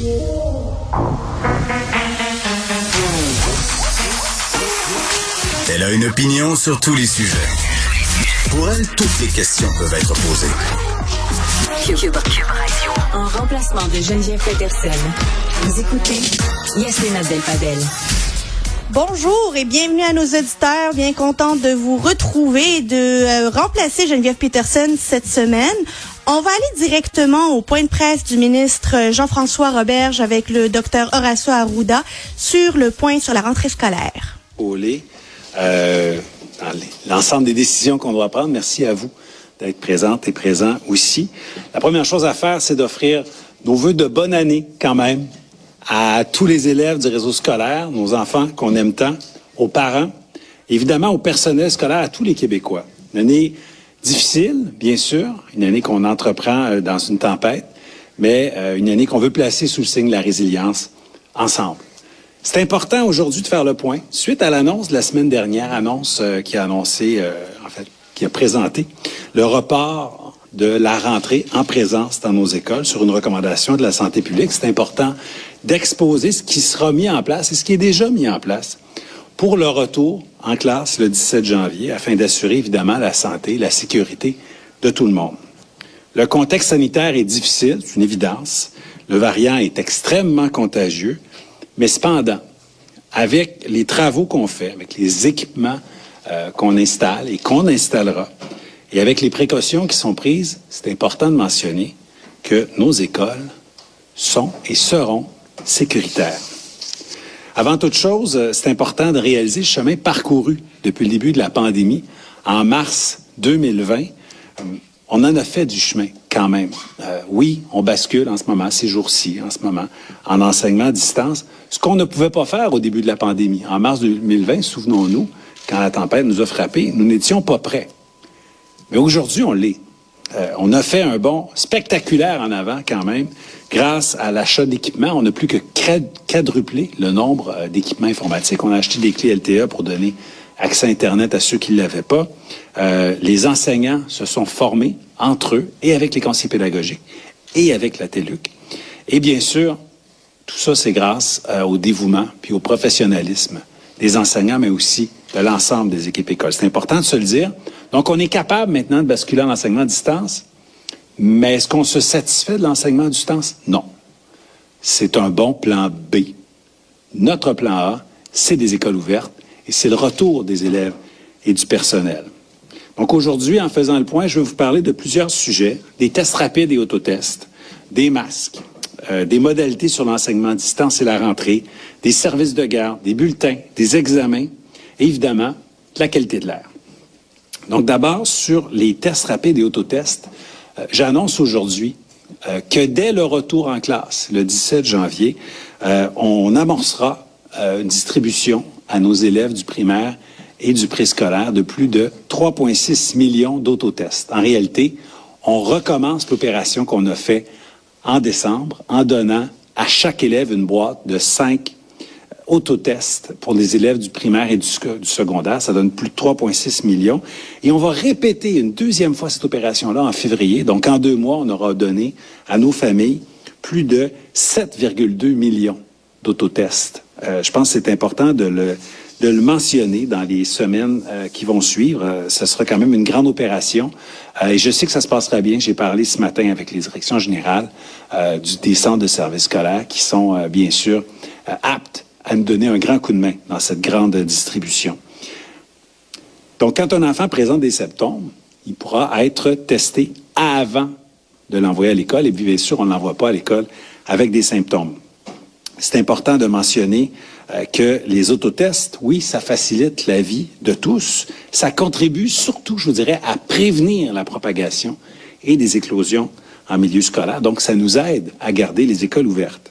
Elle a une opinion sur tous les sujets. Pour elle, toutes les questions peuvent être posées. Cube Radio. En remplacement de Geneviève Peterson. Vous écoutez Yasmine Abdel-Fadel. Bonjour et bienvenue à nos auditeurs. Bien contente de vous retrouver, de remplacer Geneviève Peterson cette semaine. On va aller directement au point de presse du ministre Jean-François Roberge avec le docteur Horacio Arruda sur le point sur la rentrée scolaire. L'ensemble des décisions qu'on doit prendre, merci à vous d'être présentes et présents aussi. La première chose à faire, c'est d'offrir nos vœux de bonne année quand même à tous les élèves du réseau scolaire, nos enfants qu'on aime tant, aux parents, évidemment au personnel scolaire, à tous les Québécois. Une année difficile, bien sûr, une année qu'on entreprend dans une tempête, mais une année qu'on veut placer sous le signe de la résilience ensemble. C'est important aujourd'hui de faire le point. Suite à l'annonce de la semaine dernière, qui a présenté le report de la rentrée en présence dans nos écoles sur une recommandation de la santé publique. C'est important d'exposer ce qui sera mis en place et ce qui est déjà mis en place pour le retour en classe le 17 janvier afin d'assurer évidemment la santé, la sécurité de tout le monde. Le contexte sanitaire est difficile, c'est une évidence. Le variant est extrêmement contagieux. Mais cependant, avec les travaux qu'on fait, avec les équipements qu'on installe et qu'on installera, et avec les précautions qui sont prises, c'est important de mentionner que nos écoles sont et seront sécuritaires. Avant toute chose, c'est important de réaliser le chemin parcouru depuis le début de la pandémie. En mars 2020, on en a fait du chemin quand même. Oui, on bascule en ce moment, ces jours-ci, en ce moment, en enseignement à distance. Ce qu'on ne pouvait pas faire au début de la pandémie. En mars 2020, souvenons-nous, quand la tempête nous a frappés, nous n'étions pas prêts. Mais aujourd'hui, on l'est. On a fait un bond spectaculaire en avant quand même. Grâce à l'achat d'équipements, on n'a plus que quadruplé le nombre d'équipements informatiques. On a acheté des clés LTE pour donner accès à Internet à ceux qui ne l'avaient pas. Les enseignants se sont formés entre eux et avec les conseillers pédagogiques et avec la TELUC. Et bien sûr, tout ça, c'est grâce au dévouement puis au professionnalisme des enseignants, mais aussi de l'ensemble des équipes écoles. C'est important de se le dire. Donc, on est capable maintenant de basculer en enseignement à distance, mais est-ce qu'on se satisfait de l'enseignement à distance? Non. C'est un bon plan B. Notre plan A, c'est des écoles ouvertes et c'est le retour des élèves et du personnel. Donc aujourd'hui, en faisant le point, je vais vous parler de plusieurs sujets, des tests rapides et autotests, des masques, des modalités sur l'enseignement à distance et la rentrée, des services de garde, des bulletins, des examens et évidemment, de la qualité de l'air. Donc d'abord, sur les tests rapides et autotests, j'annonce aujourd'hui que dès le retour en classe, le 17 janvier, on amorcera une distribution à nos élèves du primaire et du préscolaire de plus de 3,6 millions d'autotests. En réalité, on recommence l'opération qu'on a faite en décembre en donnant à chaque élève une boîte de 5 autotests pour les élèves du primaire et du secondaire. Ça donne plus de 3,6 millions. Et on va répéter une deuxième fois cette opération-là en février. Donc, en 2 mois, on aura donné à nos familles plus de 7,2 millions d'autotests. Je pense que c'est important de le mentionner dans les semaines qui vont suivre. Ce sera quand même une grande opération. Et je sais que ça se passera bien. J'ai parlé ce matin avec les directions générales des centres de services scolaires qui sont, bien sûr, aptes à nous donner un grand coup de main dans cette grande distribution. Donc, quand un enfant présente des symptômes, il pourra être testé avant de l'envoyer à l'école. Et bien sûr, on ne l'envoie pas à l'école avec des symptômes. C'est important de mentionner que les autotests, oui, ça facilite la vie de tous. Ça contribue surtout, je vous dirais, à prévenir la propagation et des éclosions en milieu scolaire. Donc, ça nous aide à garder les écoles ouvertes.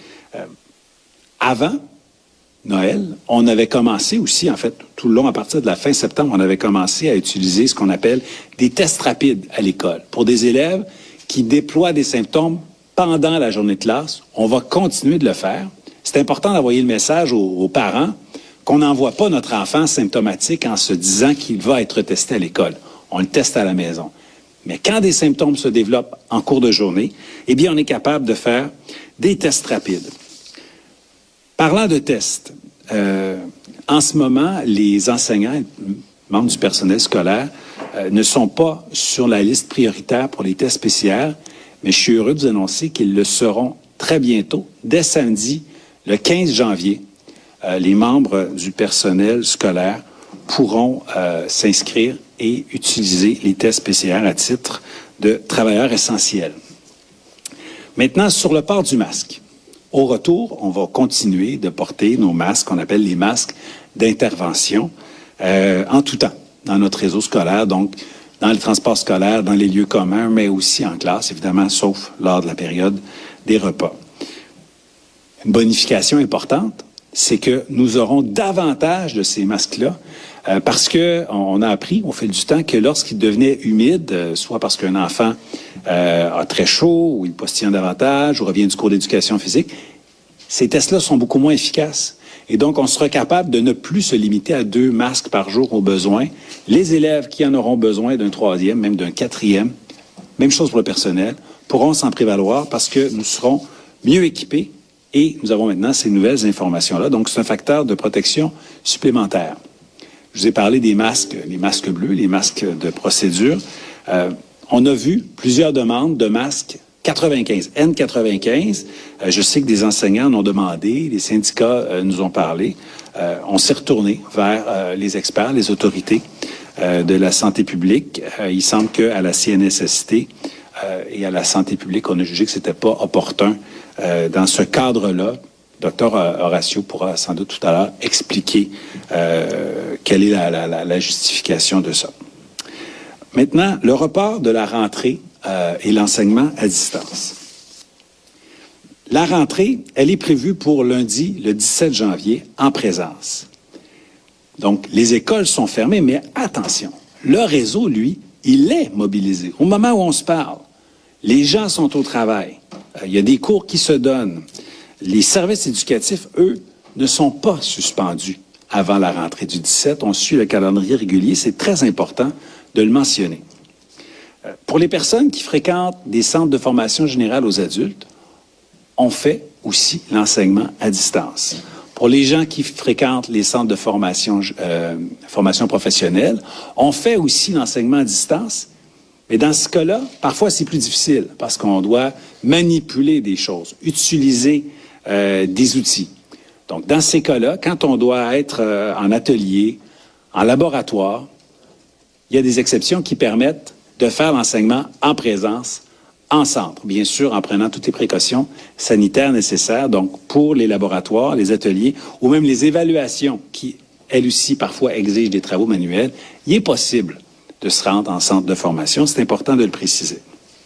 Avant Noël, on avait commencé aussi, en fait, tout le long, à partir de la fin septembre, on avait commencé à utiliser ce qu'on appelle des tests rapides à l'école. Pour des élèves qui déploient des symptômes pendant la journée de classe, on va continuer de le faire. C'est important d'envoyer le message aux parents qu'on n'envoie pas notre enfant symptomatique en se disant qu'il va être testé à l'école. On le teste à la maison. Mais quand des symptômes se développent en cours de journée, eh bien, on est capable de faire des tests rapides. Parlant de tests, en ce moment, les enseignants, membres du personnel scolaire, ne sont pas sur la liste prioritaire pour les tests PCR, mais je suis heureux de vous annoncer qu'ils le seront très bientôt, dès samedi, le 15 janvier. Les membres du personnel scolaire pourront s'inscrire et utiliser les tests PCR à titre de travailleurs essentiels. Maintenant, sur le port du masque. Au retour, on va continuer de porter nos masques, qu'on appelle les masques d'intervention, en tout temps, dans notre réseau scolaire, donc dans les transports scolaires, dans les lieux communs, mais aussi en classe, évidemment, sauf lors de la période des repas. Une bonification importante, c'est que nous aurons davantage de ces masques-là parce que on a appris au fil du temps que lorsqu'il devenait humide, soit parce qu'un enfant a très chaud ou il postillonne davantage ou revient du cours d'éducation physique, ces tests-là sont beaucoup moins efficaces. Et donc, on sera capable de ne plus se limiter à 2 masques par jour au besoin. Les élèves qui en auront besoin d'un 3e, même d'un 4e, même chose pour le personnel, pourront s'en prévaloir parce que nous serons mieux équipés et nous avons maintenant ces nouvelles informations-là. Donc, c'est un facteur de protection supplémentaire. Je vous ai parlé des masques, les masques bleus, les masques de procédure. On a vu plusieurs demandes de masques 95, N95. Je sais que des enseignants en ont demandé, les syndicats nous ont parlé. On s'est retourné vers les experts, les autorités de la santé publique. Il semble qu'à la CNSST et à la santé publique, on a jugé que c'était pas opportun dans ce cadre-là. Dr Horacio pourra sans doute tout à l'heure expliquer quelle est la justification de ça. Maintenant, le report de la rentrée et l'enseignement à distance. La rentrée, elle est prévue pour lundi, le 17 janvier, en présence. Donc, les écoles sont fermées, mais attention, le réseau, lui, il est mobilisé. Au moment où on se parle, les gens sont au travail. Il y a des cours qui se donnent. Les services éducatifs, eux, ne sont pas suspendus avant la rentrée du 17. On suit le calendrier régulier. C'est très important de le mentionner. Pour les personnes qui fréquentent des centres de formation générale aux adultes, on fait aussi l'enseignement à distance. Pour les gens qui fréquentent les centres de formation professionnelle, on fait aussi l'enseignement à distance. Mais dans ce cas-là, parfois c'est plus difficile parce qu'on doit manipuler des choses, utiliser des outils. Donc, dans ces cas-là, quand on doit être en atelier, en laboratoire, il y a des exceptions qui permettent de faire l'enseignement en présence, en centre, bien sûr en prenant toutes les précautions sanitaires nécessaires, donc pour les laboratoires, les ateliers ou même les évaluations qui, elles aussi, parfois exigent des travaux manuels, il est possible de se rendre en centre de formation. C'est important de le préciser.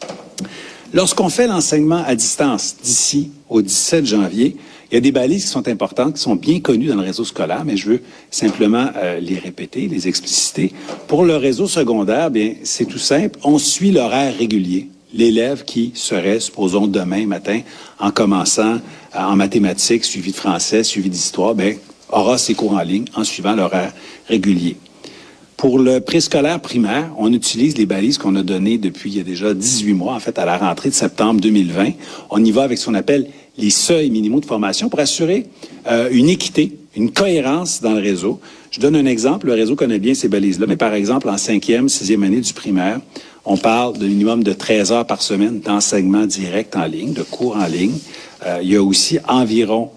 Lorsqu'on fait l'enseignement à distance d'ici au 17 janvier, il y a des balises qui sont importantes, qui sont bien connues dans le réseau scolaire, mais je veux simplement les répéter, les expliciter. Pour le réseau secondaire, bien, c'est tout simple. On suit l'horaire régulier. L'élève qui serait, supposons, demain matin, en commençant en mathématiques, suivi de français, suivi d'histoire, bien, aura ses cours en ligne en suivant l'horaire régulier. Pour le préscolaire primaire, on utilise les balises qu'on a données depuis il y a déjà 18 mois, en fait, à la rentrée de septembre 2020. On y va avec ce qu'on appelle les seuils minimaux de formation pour assurer une équité, une cohérence dans le réseau. Je donne un exemple. Le réseau connaît bien ces balises-là, mais par exemple, en 5e, 6e année du primaire, on parle de minimum de 13 heures par semaine d'enseignement direct en ligne, de cours en ligne. Il y a aussi environ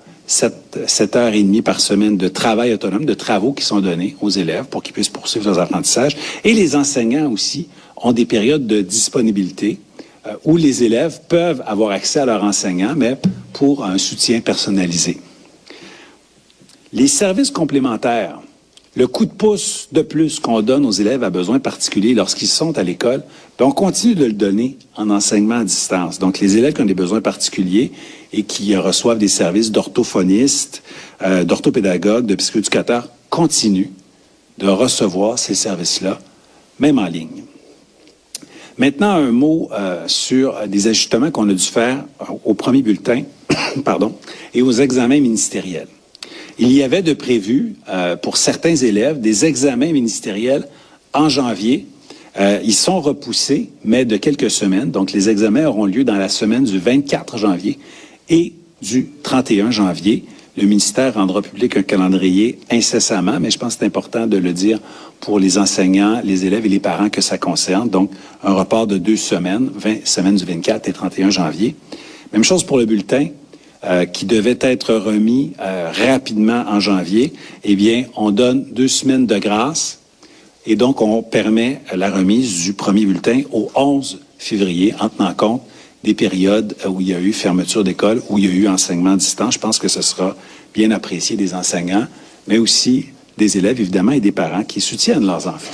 7 heures et demie par semaine de travail autonome, de travaux qui sont donnés aux élèves pour qu'ils puissent poursuivre leurs apprentissages. Et les enseignants aussi ont des périodes de disponibilité où les élèves peuvent avoir accès à leur enseignant, mais pour un soutien personnalisé. Les services complémentaires, le coup de pouce de plus qu'on donne aux élèves à besoins particuliers lorsqu'ils sont à l'école, bien, on continue de le donner en enseignement à distance. Donc, les élèves qui ont des besoins particuliers et qui reçoivent des services d'orthophonistes, d'orthopédagogues, de psychoéducateurs, continuent de recevoir ces services-là, même en ligne. Maintenant, un mot sur des ajustements qu'on a dû faire au premier bulletin et aux examens ministériels. Il y avait de prévu pour certains élèves des examens ministériels en janvier. Ils sont repoussés, mais de quelques semaines. Donc, les examens auront lieu dans la semaine du 24 janvier Et du 31 janvier, le ministère rendra public un calendrier incessamment, mais je pense que c'est important de le dire pour les enseignants, les élèves et les parents que ça concerne. Donc, un report de 2 semaines, semaines du 24 et 31 janvier. Même chose pour le bulletin qui devait être remis rapidement en janvier. Eh bien, on donne 2 semaines de grâce et donc on permet la remise du premier bulletin au 11 février en tenant compte des périodes où il y a eu fermeture d'école, où il y a eu enseignement à distance. Je pense que ce sera bien apprécié des enseignants, mais aussi des élèves, évidemment, et des parents qui soutiennent leurs enfants.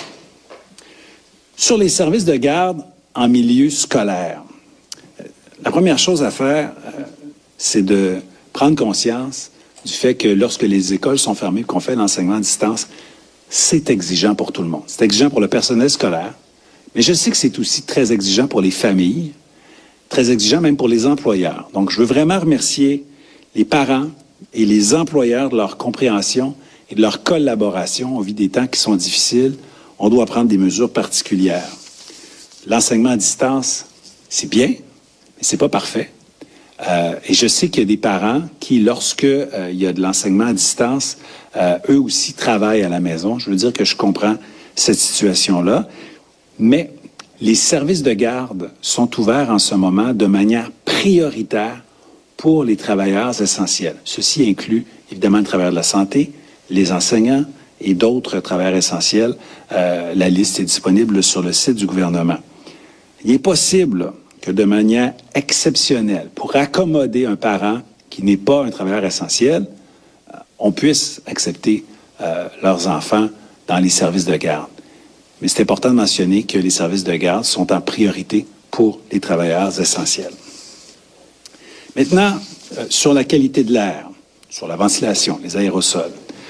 Sur les services de garde en milieu scolaire, la première chose à faire, c'est de prendre conscience du fait que lorsque les écoles sont fermées et qu'on fait l'enseignement à distance, c'est exigeant pour tout le monde. C'est exigeant pour le personnel scolaire, mais je sais que c'est aussi très exigeant pour les familles, très exigeant même pour les employeurs. Donc, je veux vraiment remercier les parents et les employeurs de leur compréhension et de leur collaboration au vu des temps qui sont difficiles. On doit prendre des mesures particulières. L'enseignement à distance, c'est bien, mais c'est pas parfait. Et je sais qu'il y a des parents qui, lorsque il y a de l'enseignement à distance, eux aussi travaillent à la maison. Je veux dire que je comprends cette situation-là, mais les services de garde sont ouverts en ce moment de manière prioritaire pour les travailleurs essentiels. Ceci inclut évidemment le travailleur de la santé, les enseignants et d'autres travailleurs essentiels. La liste est disponible sur le site du gouvernement. Il est possible que de manière exceptionnelle, pour accommoder un parent qui n'est pas un travailleur essentiel, on puisse accepter leurs enfants dans les services de garde. Mais c'est important de mentionner que les services de garde sont en priorité pour les travailleurs essentiels. Maintenant, sur la qualité de l'air, sur la ventilation, les aérosols.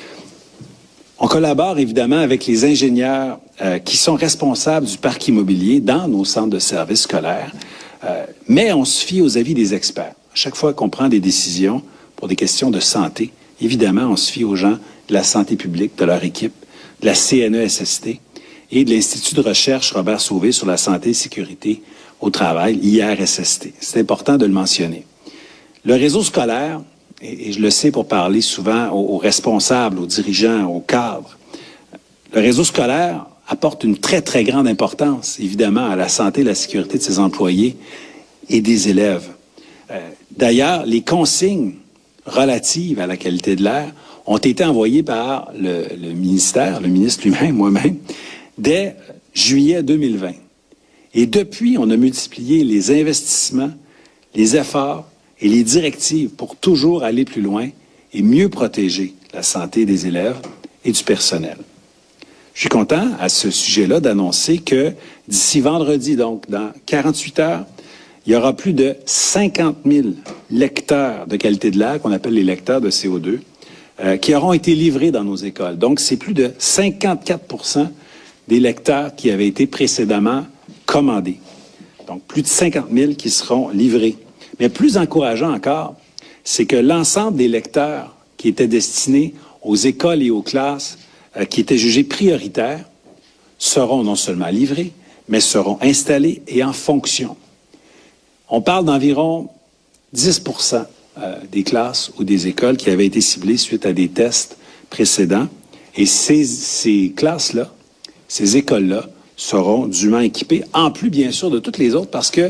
On collabore évidemment avec les ingénieurs qui sont responsables du parc immobilier dans nos centres de services scolaires, mais on se fie aux avis des experts. À chaque fois qu'on prend des décisions pour des questions de santé, évidemment, on se fie aux gens de la santé publique, de leur équipe, de la CNESST, et de l'Institut de recherche Robert Sauvé sur la santé et sécurité au travail, l'IRSST. C'est important de le mentionner. Le réseau scolaire, et je le sais pour parler souvent aux responsables, aux dirigeants, aux cadres, le réseau scolaire apporte une très, très grande importance, évidemment, à la santé et la sécurité de ses employés et des élèves. D'ailleurs, les consignes relatives à la qualité de l'air ont été envoyées par le ministère, le ministre lui-même, moi-même, dès juillet 2020. Et depuis, on a multiplié les investissements, les efforts et les directives pour toujours aller plus loin et mieux protéger la santé des élèves et du personnel. Je suis content à ce sujet-là d'annoncer que d'ici vendredi, donc dans 48 heures, il y aura plus de 50 000 lecteurs de qualité de l'air, qu'on appelle les lecteurs de CO2, qui auront été livrés dans nos écoles. Donc, c'est plus de 54% des lecteurs qui avaient été précédemment commandés. Donc, plus de 50 000 qui seront livrés. Mais plus encourageant encore, c'est que l'ensemble des lecteurs qui étaient destinés aux écoles et aux classes qui étaient jugés prioritaires seront non seulement livrés, mais seront installés et en fonction. On parle d'environ 10% des classes ou des écoles qui avaient été ciblées suite à des tests précédents. Et ces classes-là, ces écoles-là seront dûment équipées, en plus, bien sûr, de toutes les autres, parce que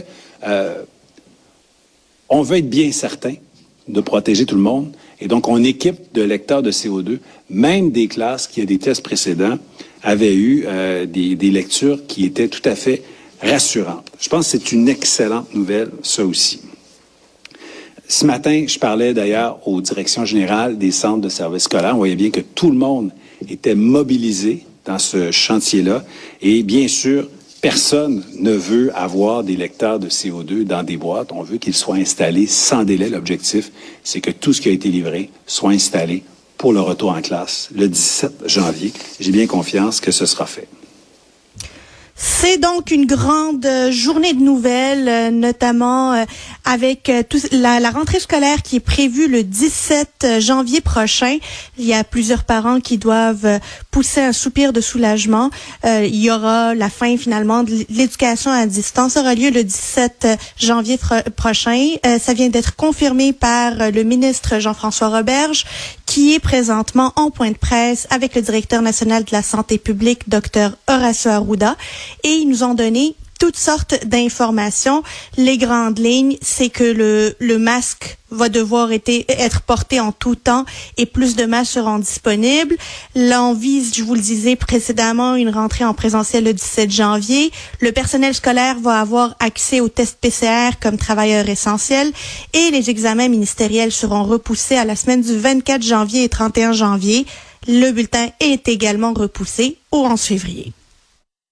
on veut être bien certain de protéger tout le monde. Et donc, on équipe de lecteurs de CO2, même des classes qui, à des tests précédents, avaient eu des lectures qui étaient tout à fait rassurantes. Je pense que c'est une excellente nouvelle, ça aussi. Ce matin, je parlais d'ailleurs aux directions générales des centres de services scolaires. On voyait bien que tout le monde était mobilisé dans ce chantier-là. Et bien sûr, personne ne veut avoir des lecteurs de CO2 dans des boîtes. On veut qu'ils soient installés sans délai. L'objectif, c'est que tout ce qui a été livré soit installé pour le retour en classe le 17 janvier. J'ai bien confiance que ce sera fait. C'est donc une grande journée de nouvelles, notamment avec la rentrée scolaire qui est prévue le 17 janvier prochain. Il y a plusieurs parents qui doivent pousser un soupir de soulagement. Il y aura la fin finalement de l'éducation à distance. Ça aura lieu le 17 janvier prochain. Ça vient d'être confirmé par le ministre Jean-François Roberge, qui est présentement en point de presse avec le directeur national de la santé publique, Dr Horacio Arruda. Et ils nous ont donné toutes sortes d'informations. Les grandes lignes, c'est que le masque va devoir être porté en tout temps et plus de masques seront disponibles. Là, on vise, je vous le disais précédemment, une rentrée en présentiel le 17 janvier. Le personnel scolaire va avoir accès aux tests PCR comme travailleurs essentiels et les examens ministériels seront repoussés à la semaine du 24 janvier et 31 janvier. Le bulletin est également repoussé au 11 février.